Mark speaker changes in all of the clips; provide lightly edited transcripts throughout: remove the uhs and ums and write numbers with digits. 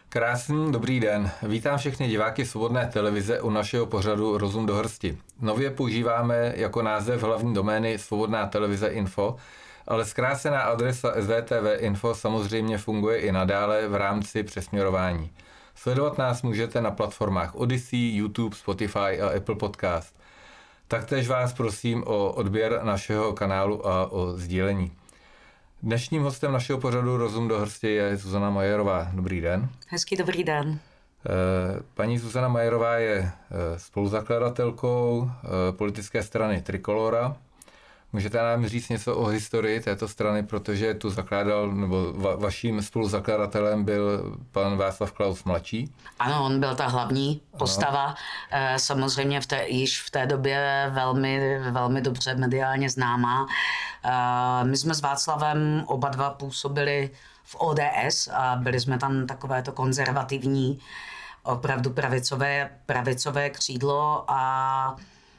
Speaker 1: Krásný dobrý den. Vítám všechny diváky Svobodné televize u našeho pořadu Rozum do hrsti. Nově používáme jako název hlavní domény Svobodná televize info, ale zkrácená adresa SVTV info samozřejmě funguje i nadále v rámci přesměrování. Sledovat nás můžete na platformách Odyssey, YouTube, Spotify a Apple Podcast. Taktéž vás prosím o odběr našeho kanálu a o sdílení. Dnešním hostem našeho pořadu Rozum do hrsti je Zuzana Majerová. Dobrý den.
Speaker 2: Hezký dobrý den.
Speaker 1: Paní Zuzana Majerová je spoluzakladatelkou politické strany Trikolora. Můžete nám říct něco o historii této strany, protože tu zakládal, nebo vaším spoluzakladatelem byl pan Václav Klaus mladší?
Speaker 2: Ano, on byl ta hlavní postava, samozřejmě již v té době velmi dobře mediálně známá. My jsme s Václavem oba dva působili v ODS a byli jsme tam takovéto konzervativní, opravdu pravicové křídlo a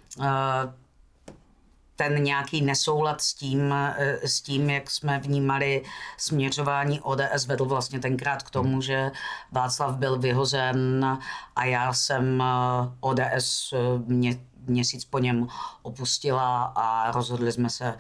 Speaker 2: ten nějaký nesoulad s tím, jak jsme vnímali směřování ODS, vedl vlastně tenkrát k tomu, že Václav byl vyhozen a já jsem ODS měsíc po něm opustila a rozhodli jsme se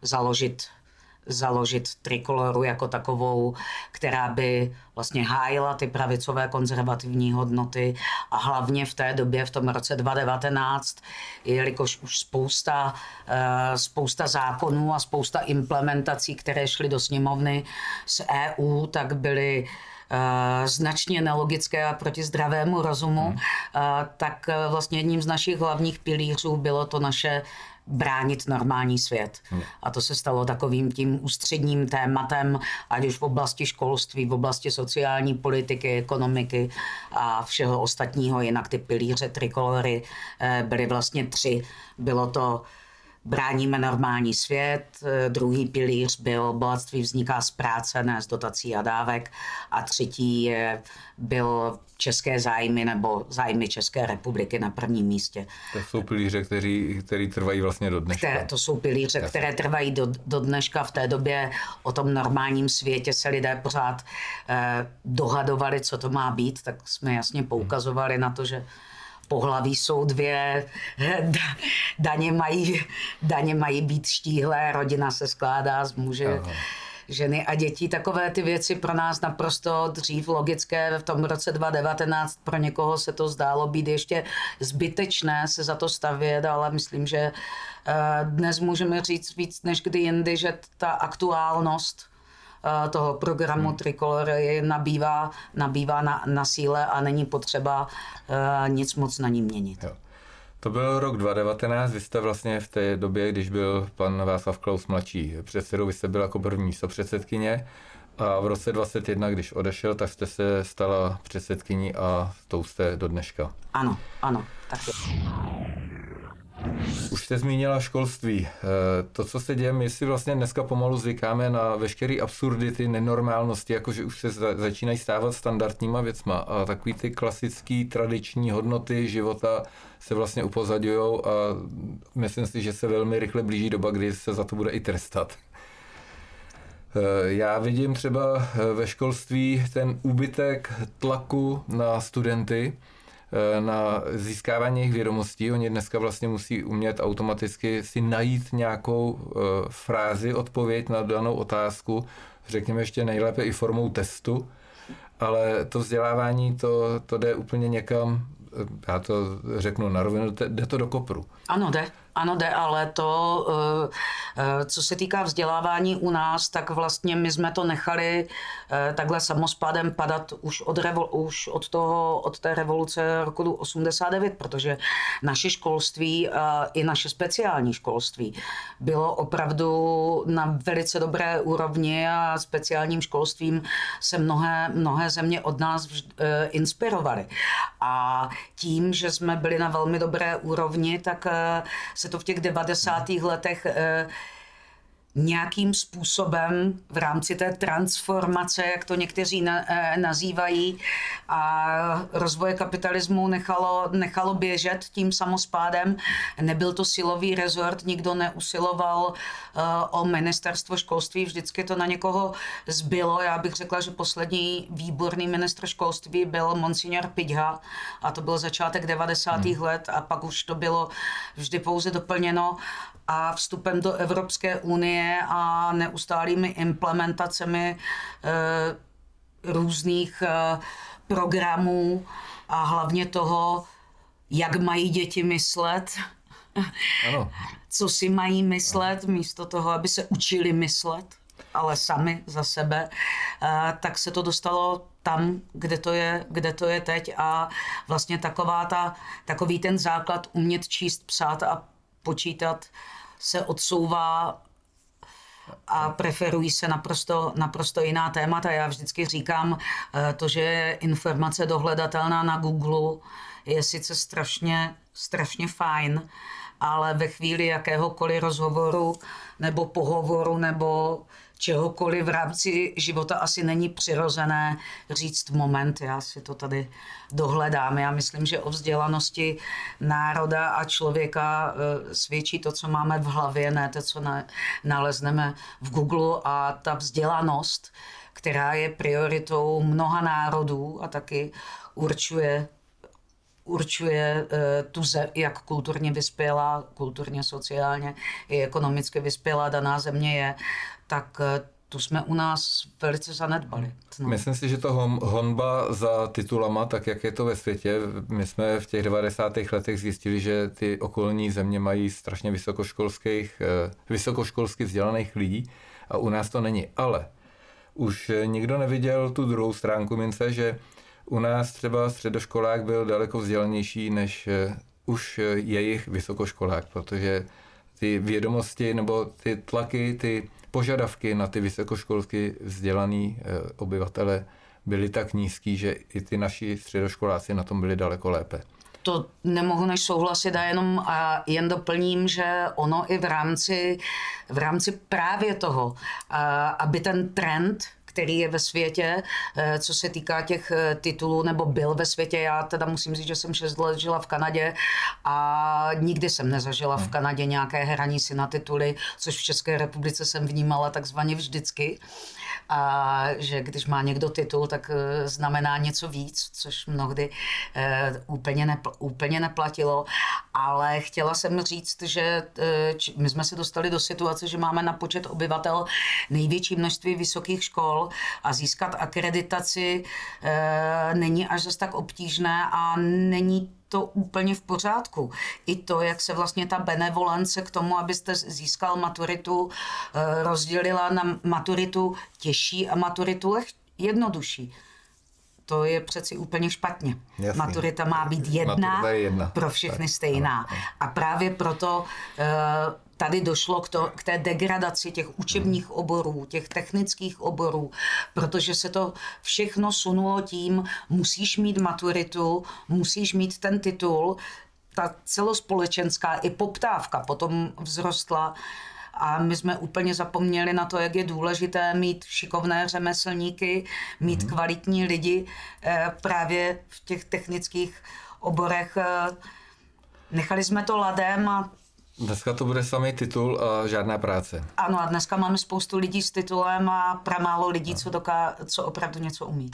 Speaker 2: založit Trikoloru jako takovou, která by vlastně hájila ty pravicové konzervativní hodnoty a hlavně v té době, v tom roce 2019, jelikož už spousta zákonů a spousta implementací, které šly do sněmovny z EU, tak byly značně nelogické a proti zdravému rozumu, tak vlastně jedním z našich hlavních pilířů bylo to naše bránit normální svět. A to se stalo takovým tím ústředním tématem, ať už v oblasti školství, v oblasti sociální politiky, ekonomiky a všeho ostatního. Jinak ty pilíře Trikolory byly vlastně 3. Bylo to bráníme normální svět, druhý pilíř byl bohatství vzniká z práce, ne z dotací a dávek a třetí byl české zájmy nebo zájmy České republiky na prvním místě.
Speaker 1: To jsou pilíře, které trvají vlastně do dneška.
Speaker 2: To jsou pilíře, které trvají do dneška. V té době o tom normálním světě se lidé pořád dohadovali, co to má být, tak jsme jasně poukazovali na to, že pohlaví jsou 2, daně mají být štíhlé, rodina se skládá z muže, ženy a dětí. Takové ty věci pro nás naprosto dřív logické v tom roce 2019. Pro někoho se to zdálo být ještě zbytečné se za to stavět, ale myslím, že dnes můžeme říct víc než kdy jindy, že ta aktuálnost toho programu Trikolory nabývá na síle a není potřeba nic moc na ní měnit.
Speaker 1: Jo. To byl rok 2019, vy jste vlastně v té době, když byl pan Václav Klaus mladší předsedou, vy jste byl jako první místopředsedkyně a v roce 2021, když odešel, tak jste se stala předsedkyní a tou jste do dneška.
Speaker 2: Ano, tak je.
Speaker 1: Už jste zmínila školství. To, co se děje, my si vlastně dneska pomalu zvykáme na veškeré absurdity, nenormálnosti, jakože už se začínají stávat standardníma věcma a takový ty klasický tradiční hodnoty života se vlastně upozadujou a myslím si, že se velmi rychle blíží doba, kdy se za to bude i trestat. Já vidím třeba ve školství ten úbytek tlaku na studenty, na získávání jejich vědomostí. Oni dneska vlastně musí umět automaticky si najít nějakou frázi, odpověď na danou otázku, řekněme ještě nejlépe i formou testu, ale to vzdělávání, to jde úplně někam, já to řeknu na rovinu, jde to do kopru.
Speaker 2: Ano, jde, ale to, co se týká vzdělávání u nás, tak vlastně my jsme to nechali takhle samospádem padat už od té revoluce roku 89, protože naše školství i naše speciální školství bylo opravdu na velice dobré úrovni a speciálním školstvím se mnohé země od nás inspirovaly. A tím, že jsme byli na velmi dobré úrovni, tak se to v těch 90. letech nějakým způsobem v rámci té transformace, jak to někteří nazývají, a rozvoje kapitalismu nechalo běžet tím samospádem. Nebyl to silový rezort, nikdo neusiloval o ministerstvo školství, vždycky to na někoho zbylo. Já bych řekla, že poslední výborný ministr školství byl monsignor Piťha a to byl začátek 90. let a pak už to bylo vždy pouze doplněno a vstupem do Evropské unie a neustálými implementacemi různých programů a hlavně toho, jak mají děti myslet,
Speaker 1: Ano.
Speaker 2: co si mají myslet, místo toho, aby se učili myslet, ale sami za sebe, tak se to dostalo tam, kde to je teď a vlastně takový ten základ umět číst, psát a počítat se odsouvá a preferují se naprosto jiná témata. Já vždycky říkám, to, že je informace dohledatelná na Google, je sice strašně fajn, ale ve chvíli jakéhokoliv rozhovoru nebo pohovoru nebo čehokoliv v rámci života asi není přirozené říct moment, já si to tady dohledám. Já myslím, že o vzdělanosti národa a člověka svědčí to, co máme v hlavě, ne to, co nalezneme v Google a ta vzdělanost, která je prioritou mnoha národů a taky určuje tu jak kulturně vyspělá, kulturně, sociálně i ekonomicky vyspělá daná země je, tak tu jsme u nás velice zanedbali. No.
Speaker 1: Myslím si, že to honba za titulama, tak jak je to ve světě, my jsme v těch 90. letech zjistili, že ty okolní země mají strašně vysokoškolsky vzdělaných lidí a u nás to není. Ale už nikdo neviděl tu druhou stránku mince, že u nás třeba středoškolák byl daleko vzdělanější než už jejich vysokoškolák, protože ty vědomosti nebo ty tlaky, ty požadavky na ty vysokoškolsky vzdělaný obyvatele byly tak nízký, že i ty naši středoškoláci na tom byli daleko lépe.
Speaker 2: To nemohu než souhlasit a jen doplním, že ono i v rámci právě toho, aby ten trend, který je ve světě, co se týká těch titulů, nebo byl ve světě. Já teda musím říct, že jsem 6 let žila v Kanadě a nikdy jsem nezažila v Kanadě nějaké hraní si na tituly, což v České republice jsem vnímala takzvaně vždycky. A že když má někdo titul, tak znamená něco víc, což mnohdy úplně neplatilo. Ale chtěla jsem říct, že my jsme se dostali do situace, že máme na počet obyvatel největší množství vysokých škol a získat akreditaci není až zas tak obtížné a není to úplně v pořádku. I to, jak se vlastně ta benevolence k tomu, abyste získal maturitu, rozdělila na maturitu těžší a maturitu jednodušší. To je přeci úplně špatně.
Speaker 1: Jasný.
Speaker 2: Maturita má být jedna pro všechny tak, stejná. Ano. A právě proto tady došlo k té degradaci těch učebních oborů, těch technických oborů, protože se to všechno sunulo tím, musíš mít maturitu, musíš mít ten titul. Ta celospolečenská i poptávka potom vzrostla a my jsme úplně zapomněli na to, jak je důležité mít šikovné řemeslníky, mít kvalitní lidi právě v těch technických oborech. Nechali jsme to ladem a
Speaker 1: dneska to bude samý titul a žádná práce.
Speaker 2: Ano, a dneska máme spoustu lidí s titulem a pramálo lidí, co opravdu něco umí.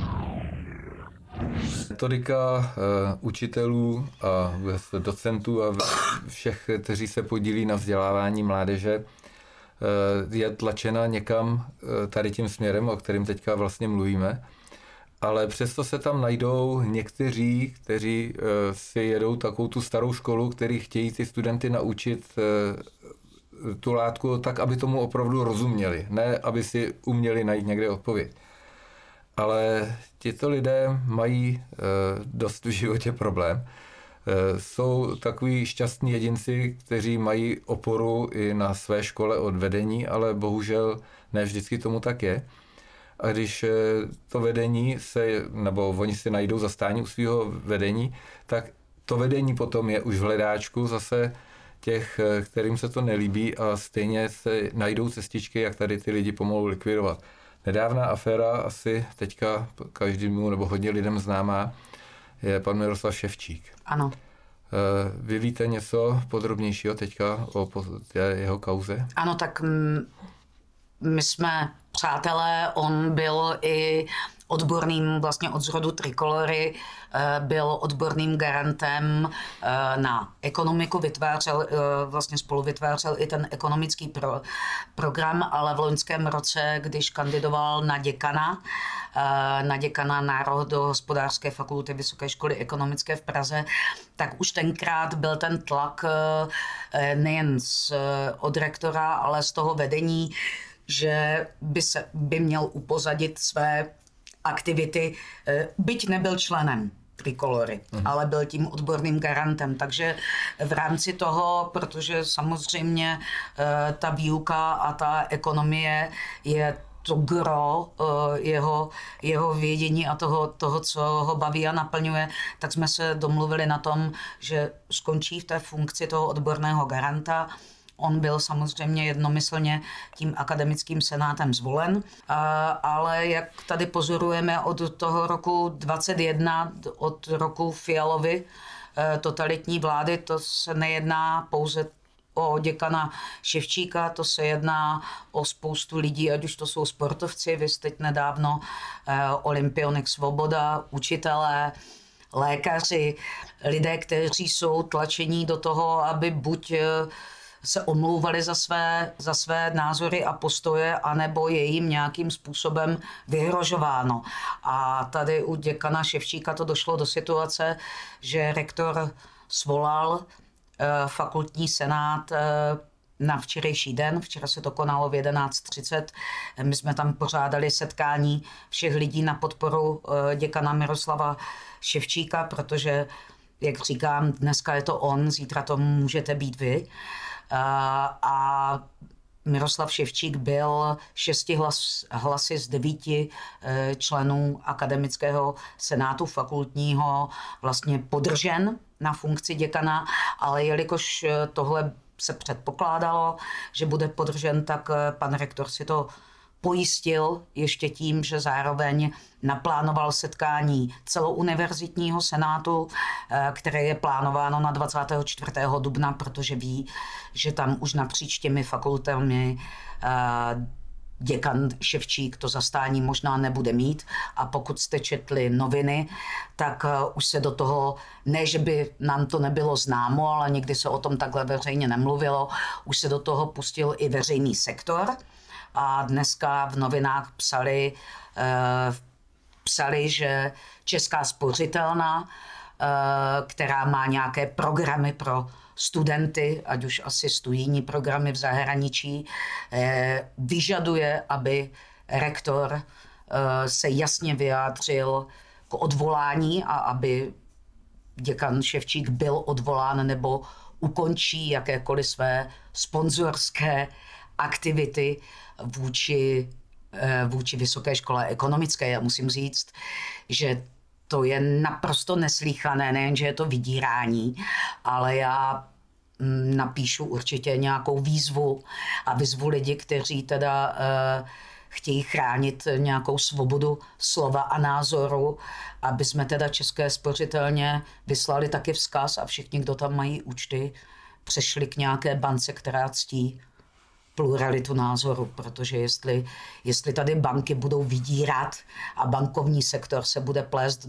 Speaker 1: Metodika učitelů a docentů a všech, kteří se podílí na vzdělávání mládeže, je tlačena někam tady tím směrem, o kterém teďka vlastně mluvíme. Ale přesto se tam najdou někteří, kteří si jedou takovou tu starou školu, kteří chtějí ty studenty naučit tu látku tak, aby tomu opravdu rozuměli, ne aby si uměli najít někde odpověď. Ale tito lidé mají dost v životě problém. Jsou takový šťastní jedinci, kteří mají oporu i na své škole od vedení, ale bohužel ne vždycky tomu tak je. A když to vedení nebo oni si najdou zastání u svého vedení, tak to vedení potom je už v hledáčku zase těch, kterým se to nelíbí a stejně se najdou cestičky, jak tady ty lidi pomalu likvidovat. Nedávná aféra, asi teďka každému nebo hodně lidem známá, je pan Miroslav Ševčík.
Speaker 2: Ano.
Speaker 1: Vy víte něco podrobnějšího teďka o jeho kauze?
Speaker 2: Ano, tak my jsme přátelé, on byl i odborným, vlastně od zrodu Trikolory, byl odborným garantem na ekonomiku, vlastně spolu vytvářel i ten ekonomický program, ale v loňském roce, když kandidoval na děkana Národohospodářské fakulty Vysoké školy ekonomické v Praze, tak už tenkrát byl ten tlak nejen od rektora, ale z toho vedení, že by měl upozadit své aktivity, byť nebyl členem Trikolory, ale byl tím odborným garantem. Takže v rámci toho, protože samozřejmě ta výuka a ta ekonomie je to gro jeho vědění a toho, co ho baví a naplňuje, tak jsme se domluvili na tom, že skončí v té funkci toho odborného garanta. On byl samozřejmě jednomyslně tím akademickým senátem zvolen, ale jak tady pozorujeme od toho roku 2021, od roku Fialovy totalitní vlády, to se nejedná pouze o děkana Ševčíka, to se jedná o spoustu lidí, ať už to jsou sportovci, vy teď nedávno olympionik Svoboda, učitelé, lékaři, lidé, kteří jsou tlačení do toho, aby buď se omlouvali za své názory a postoje, anebo je jim nějakým způsobem vyhrožováno. A tady u děkana Ševčíka to došlo do situace, že rektor svolal fakultní senát na včerejší den, včera se to konalo v 11:30. My jsme tam pořádali setkání všech lidí na podporu děkana Miroslava Ševčíka, protože, jak říkám, dneska je to on, zítra to můžete být vy. A Miroslav Ševčík byl 6 hlasy z 9 členů akademického senátu fakultního vlastně podržen na funkci děkana, ale jelikož tohle se předpokládalo, že bude podržen, tak pan rektor si to pojistil ještě tím, že zároveň naplánoval setkání celouniverzitního senátu, které je plánováno na 24. dubna, protože ví, že tam už napříč těmi fakultami děkan Ševčík to zastání možná nebude mít a pokud jste četli noviny, tak už se do toho, ne že by nám to nebylo známo, ale nikdy se o tom takhle veřejně nemluvilo, už se do toho pustil i veřejný sektor a dneska v novinách psali, že Česká spořitelna, která má nějaké programy pro studenty, ať už asi studijní programy v zahraničí, vyžaduje, aby rektor se jasně vyjádřil k odvolání a aby děkan Ševčík byl odvolán nebo ukončí jakékoliv své sponzorské aktivity vůči Vysoké škole ekonomické. Já musím říct, že to je naprosto neslýchané, nejenže je to vydírání, ale já napíšu určitě nějakou výzvu a vyzvu lidi, kteří teda chtějí chránit nějakou svobodu slova a názoru, aby jsme teda České spořitelně vyslali taky vzkaz a všichni, kdo tam mají účty, přešli k nějaké bance, která ctí pluralitu názoru, protože jestli tady banky budou vydírat a bankovní sektor se bude plést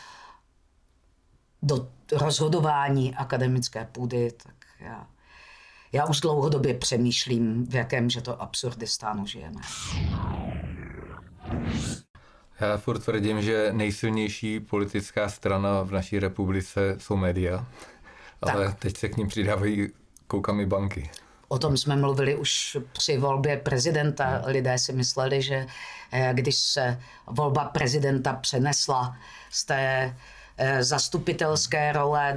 Speaker 2: do rozhodování akademické půdy, tak já už dlouhodobě přemýšlím, v jakém že to absurdistánu žijeme.
Speaker 1: Já furt tvrdím, že nejsilnější politická strana v naší republice jsou média, ale teď se k ním přidávají koukami banky.
Speaker 2: O tom jsme mluvili už při volbě prezidenta. Lidé si mysleli, že když se volba prezidenta přenesla z té zastupitelské role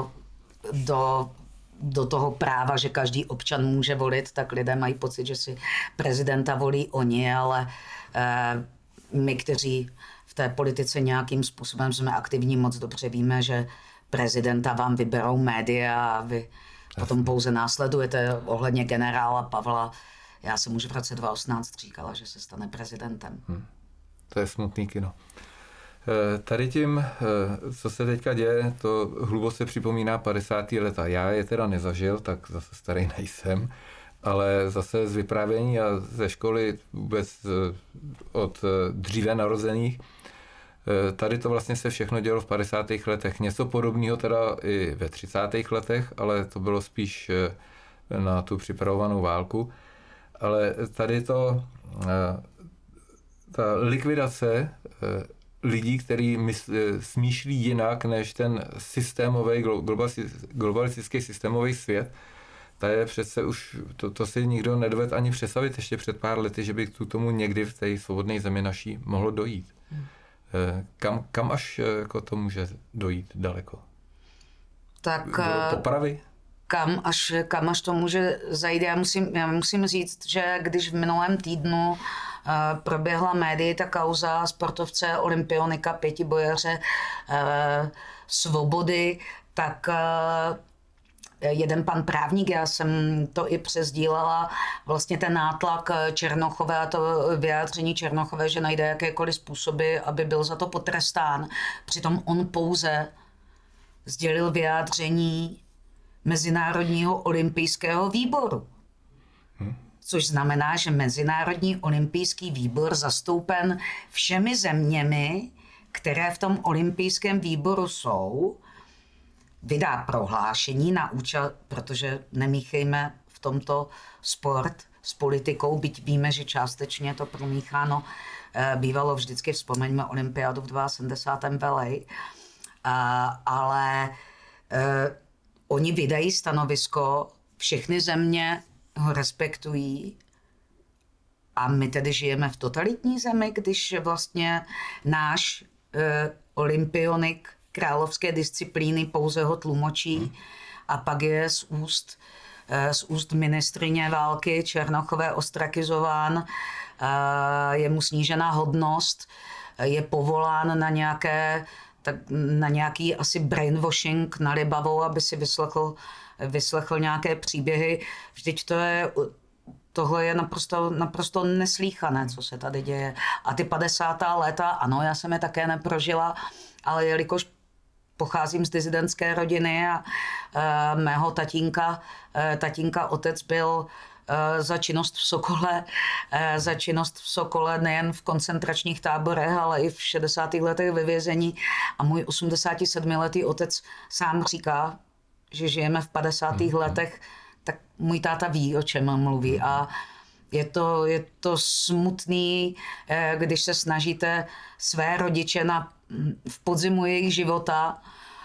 Speaker 2: do toho práva, že každý občan může volit, tak lidé mají pocit, že si prezidenta volí oni, ale my, kteří v té politice nějakým způsobem jsme aktivní, moc dobře víme, že prezidenta vám vyberou média a vy Potom pouze následujete ohledně generála Pavla. Já jsem už v roce 2018 říkala, že se stane prezidentem.
Speaker 1: To je smutný kino. Tady tím, co se teďka děje, to hluboce připomíná 50. leta. Já je teda nezažil, tak zase starý nejsem, ale zase z vyprávění a ze školy vůbec od dříve narozených, tady to vlastně se všechno dělo v 50. letech. Něco podobného teda i ve 30. letech, ale to bylo spíš na tu připravovanou válku. Ale tady to, ta likvidace lidí, kteří smýšlí jinak než ten systémový, globalistický systémový svět, to je přece už, to si nikdo nedovedl ani představit ještě před pár lety, že by k tomu někdy v té svobodné zemi naší mohlo dojít. Kam až jako to může dojít daleko?
Speaker 2: Tak
Speaker 1: popravy?
Speaker 2: Kam až to může zajít? Já musím říct, že když v minulém týdnu proběhla médii ta kauza sportovce olympionika pětibojaře Svobody, tak jeden pan právník, já jsem to i přesdílela, vlastně ten nátlak Černochové a to vyjádření Černochové, že najde jakékoliv způsoby, aby byl za to potrestán. Přitom on pouze sdělil vyjádření Mezinárodního olympijského výboru. Což znamená, že Mezinárodní olympijský výbor zastoupen všemi zeměmi, které v tom olympijském výboru jsou, vydá prohlášení na účel, protože nemíchejme v tomto sport s politikou, byť víme, že částečně to promícháno bývalo vždycky, vzpomeňme olympiádu v 72. v LA, ale oni vydají stanovisko, všechny země ho respektují a my tedy žijeme v totalitní zemi, když vlastně náš olympionik královské disciplíny pouze ho tlumočí a pak je z úst ministryně války Černochové ostrakizován, je mu snížena hodnost, je povolán na nějaký asi brainwashing na Libavou, aby si vyslechl nějaké příběhy. Vždyť tohle je naprosto neslýchané, co se tady děje. A ty 50. léta, ano, já jsem je také neprožila, ale jelikož pocházím z disidentské rodiny a mého tatínka otec byl za činnost v Sokole nejen v koncentračních táborech, ale i v 60. letech ve vězení. A můj 87letý otec sám říká, že žijeme v 50. letech, tak můj táta ví, o čem mluví. A je to smutný, když se snažíte své rodiče v podzimu jejich života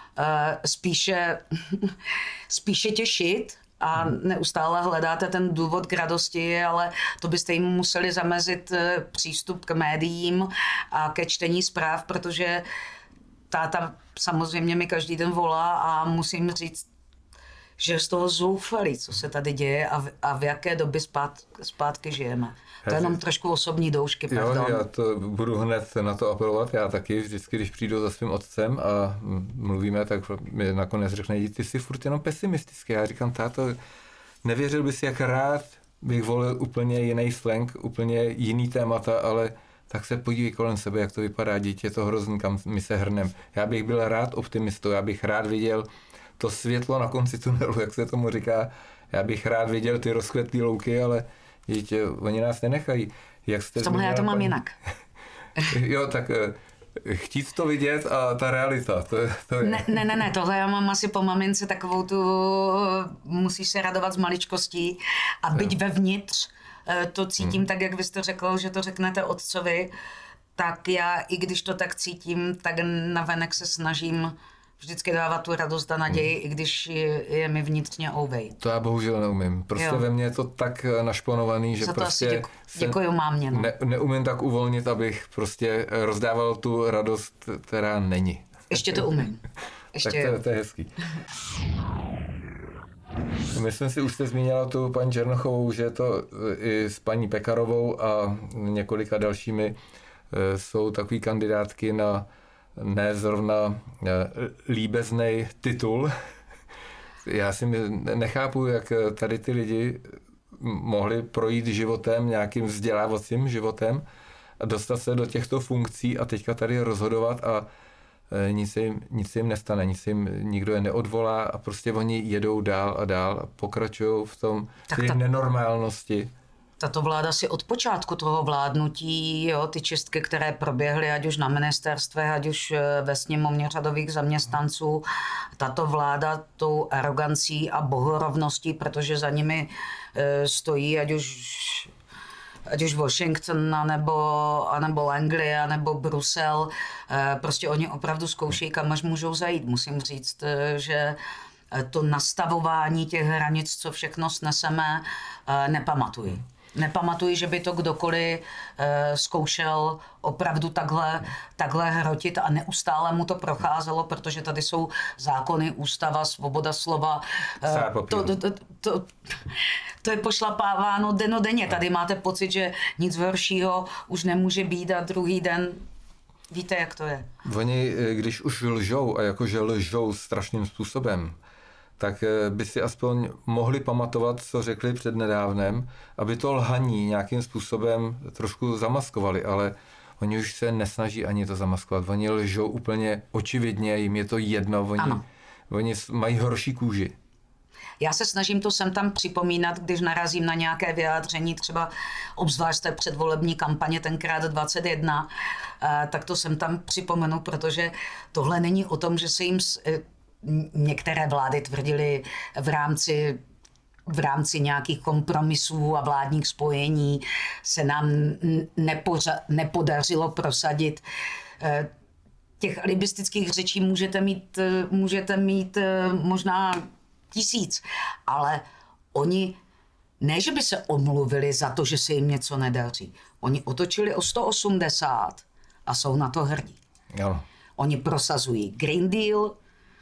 Speaker 2: spíše těšit a neustále hledáte ten důvod k radosti, ale to byste jim museli zamezit přístup k médiím a ke čtení zpráv, protože táta samozřejmě mi každý den volá a musím říct, že z toho zoufalí, co se tady děje a v jaké době zpátky žijeme. To je jenom trošku osobní doušky, pardon.
Speaker 1: Jo, já to budu hned na to apelovat. Já taky vždycky, když přijdu za svým otcem a mluvíme, tak mi nakonec řekne, ty jsi furt jenom pesimistický. Já říkám, táto, nevěřil bys, jak rád bych volil úplně jiný slang, úplně jiný témata, ale tak se podívej kolem sebe, jak to vypadá, dítě, je to hrozný, kam my se hrnem. Já bych byl rád optimistou, já bych rád viděl to světlo na konci tunelu, jak se tomu říká. Já bych rád viděl ty rozkvetlý louky, ale dítě, oni nás nenechají. Jak jste
Speaker 2: v tomhle já to mám jinak.
Speaker 1: Jo, tak chtít to vidět a ta realita, to je.
Speaker 2: Ne, tohle já mám asi po mamince takovou tu, musíš se radovat z maličkostí a byť vevnitř to cítím tak, jak vy jste řekl, že to řeknete otcovi, tak já, i když to tak cítím, tak navenek se snažím vždycky dávat tu radost a naději, i když je mi vnitřně ouvej.
Speaker 1: To já bohužel neumím. Prostě ve mně je to tak našponovaný, že
Speaker 2: za to
Speaker 1: prostě
Speaker 2: asi děkuju mámě. No.
Speaker 1: Neumím tak uvolnit, abych prostě rozdával tu radost, která není.
Speaker 2: Ještě to umím.
Speaker 1: Tak to je hezký. Myslím si, už jste zmínila tu paní Černochovou, že to i s paní Pekarovou a několika dalšími jsou takový kandidátky na ne zrovna líbeznej titul. Já si nechápu, jak tady ty lidi mohli projít životem, nějakým vzdělávacím životem a dostat se do těchto funkcí a teďka tady rozhodovat a nic jim nestane, nikdo je neodvolá a prostě oni jedou dál a dál a pokračují v tom nenormálnosti.
Speaker 2: Tato vláda si od počátku toho vládnutí, jo, ty čistky, které proběhly, ať už na ministerstvech, ať už ve sněmovně řadových zaměstnanců, tato vláda tou arogancí a bohorovností, protože za nimi stojí ať už Washington, anebo Anglie, nebo Brusel, prostě oni opravdu zkoušejí, kam až můžou zajít. Musím říct, že to nastavování těch hranic, co všechno sneseme, nepamatuji. Nepamatuji, že by to kdokoliv zkoušel opravdu takhle hrotit a neustále mu to procházelo, protože tady jsou zákony, ústava, svoboda slova. To je pošlapáváno dennodenně. Tady máte pocit, že nic horšího už nemůže být a druhý den víte, jak to je.
Speaker 1: Oni, když už lžou a jakože lžou strašným způsobem, tak by si aspoň mohli pamatovat, co řekli před nedávnem, aby to lhaní nějakým způsobem trošku zamaskovali, ale oni už se nesnaží ani to zamaskovat. Oni lžou úplně očividně, jim je to jedno, oni mají horší kůži.
Speaker 2: Já se snažím to sem tam připomínat, když narazím na nějaké vyjádření, třeba obzvlášť té předvolební kampaně tenkrát 21, tak to sem tam připomenu, protože tohle není o tom, že se jim některé vlády tvrdily v rámci nějakých kompromisů a vládních spojení se nám nepodařilo prosadit. Těch alibistických řečí můžete mít možná 1000, ale oni ne, že by se omluvili za to, že se jim něco nedaří. Oni otočili o 180 a jsou na to hrdí.
Speaker 1: Jo.
Speaker 2: Oni prosazují Green Deal,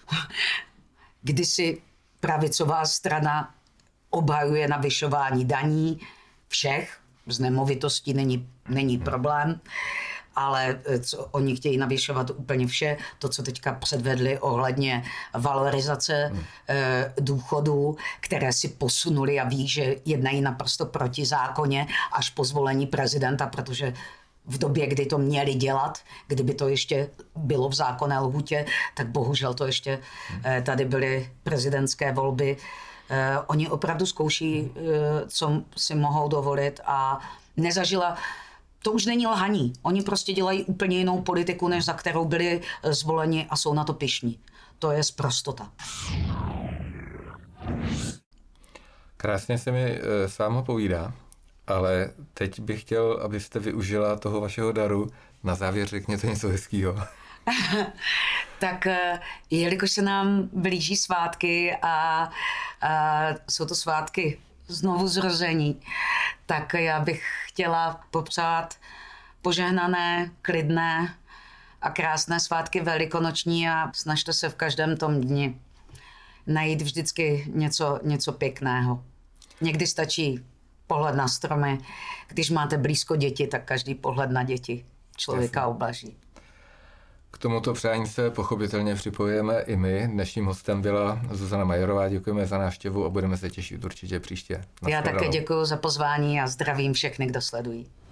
Speaker 2: kdysi pravicová strana obhajuje navyšování daní všech, z nemovitostí není problém, ale oni chtějí navyšovat úplně vše, to, co teďka předvedli ohledně valorizace důchodů, které si posunuli a ví, že jednají naprosto protizákonně až po zvolení prezidenta, protože v době, kdy to měli dělat, kdyby to ještě bylo v zákonné lhůtě, tak bohužel to ještě tady byly prezidentské volby. Oni opravdu zkouší, co si mohou dovolit a nezažila. To už není lhaní. Oni prostě dělají úplně jinou politiku, než za kterou byli zvoleni a jsou na to pyšní. To je sprostota.
Speaker 1: Krásně se mi s vámi povídá, ale teď bych chtěl, abyste využila toho vašeho daru. Na závěr řekněte něco hezkýho.
Speaker 2: Tak jelikož se nám blíží svátky a jsou to svátky znovu zrození, tak já bych chtěla popřát požehnané, klidné a krásné svátky velikonoční a snažte se v každém tom dni najít vždycky něco pěkného. Někdy stačí pohled na stromy. Když máte blízko děti, tak každý pohled na děti člověka oblaží.
Speaker 1: K tomuto přání se pochopitelně připojujeme i my. Dnešním hostem byla Zuzana Majerová. Děkujeme za návštěvu a budeme se těšit určitě příště.
Speaker 2: Já také děkuji za pozvání a zdravím všechny, kdo sledují.